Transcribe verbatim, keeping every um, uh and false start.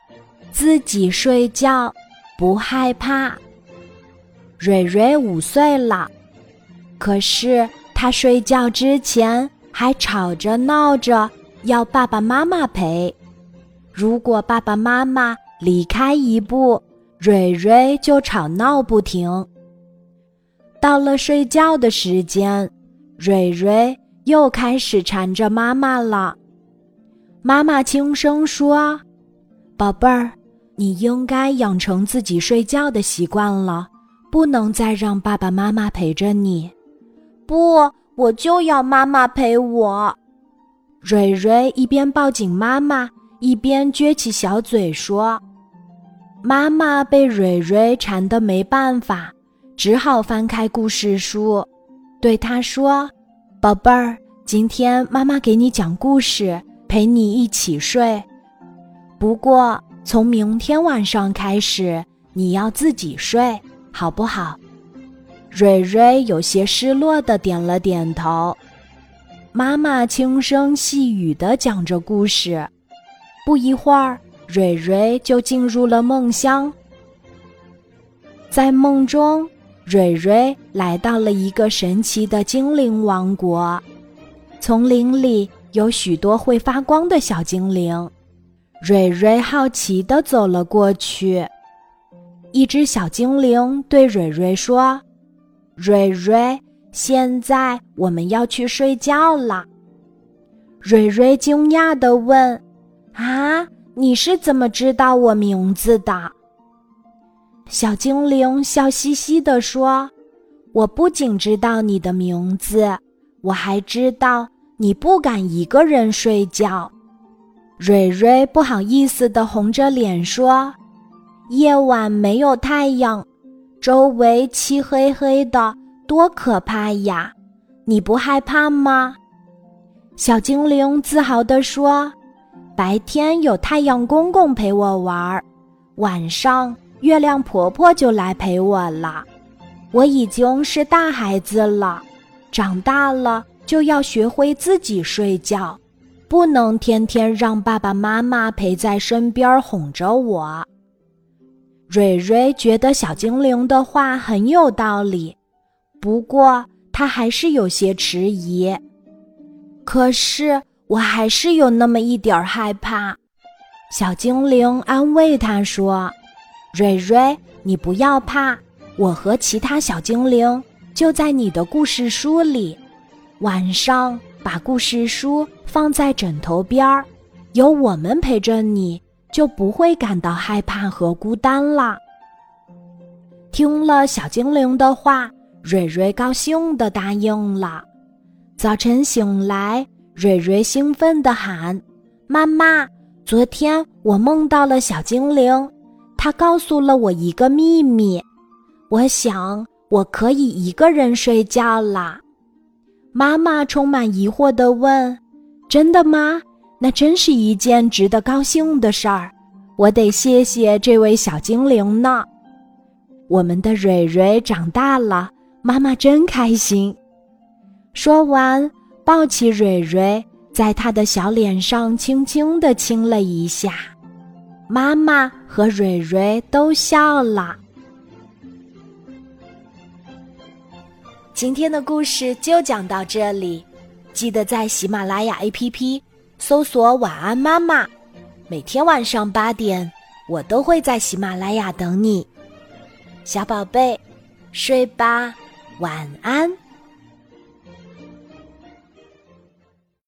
自己睡觉不害怕。蕊蕊五岁了，可是她睡觉之前还吵着闹着要爸爸妈妈陪。如果爸爸妈妈离开一步，蕊蕊就吵闹不停。到了睡觉的时间，蕊蕊又开始缠着妈妈了。妈妈轻声说：“宝贝儿，你应该养成自己睡觉的习惯了，不能再让爸爸妈妈陪着你。”“不，我就要妈妈陪我。”蕊蕊一边抱紧妈妈，一边撅起小嘴说。妈妈被蕊蕊缠得没办法，只好翻开故事书，对她说：“宝贝儿，今天妈妈给你讲故事，陪你一起睡。不过从明天晚上开始，你要自己睡，好不好？”蕊蕊有些失落地点了点头。妈妈轻声细语地讲着故事，不一会儿，蕊蕊就进入了梦乡。在梦中，蕊蕊来到了一个神奇的精灵王国。丛林里有许多会发光的小精灵。蕊蕊好奇地走了过去。一只小精灵对蕊蕊说：“蕊蕊，现在我们要去睡觉了。”蕊蕊惊讶地问：“啊？你是怎么知道我名字的？”小精灵笑嘻嘻地说：“我不仅知道你的名字，我还知道你不敢一个人睡觉。”蕊蕊不好意思地红着脸说：“夜晚没有太阳，周围漆黑黑的，多可怕呀！你不害怕吗？”小精灵自豪地说：“白天有太阳公公陪我玩，晚上月亮婆婆就来陪我了。我已经是大孩子了，长大了就要学会自己睡觉，不能天天让爸爸妈妈陪在身边哄着我。”蕊蕊觉得小精灵的话很有道理，不过她还是有些迟疑。可是我还是有那么一点害怕。小精灵安慰她说：“蕊蕊，你不要怕，我和其他小精灵就在你的故事书里。晚上把故事书放在枕头边儿，有我们陪着你，就不会感到害怕和孤单了。”听了小精灵的话，蕊蕊高兴地答应了。早晨醒来，蕊蕊兴奋地喊：“妈妈，昨天我梦到了小精灵，她告诉了我一个秘密，我想我可以一个人睡觉啦。”妈妈充满疑惑地问：“真的吗？那真是一件值得高兴的事儿，我得谢谢这位小精灵呢。”我们的蕊蕊长大了，妈妈真开心。说完，抱起蕊蕊，在她的小脸上轻轻地亲了一下。妈妈和蕊蕊都笑了。今天的故事就讲到这里，记得在喜马拉雅 A P P 搜索晚安妈妈，每天晚上八点，我都会在喜马拉雅等你。小宝贝，睡吧，晚安。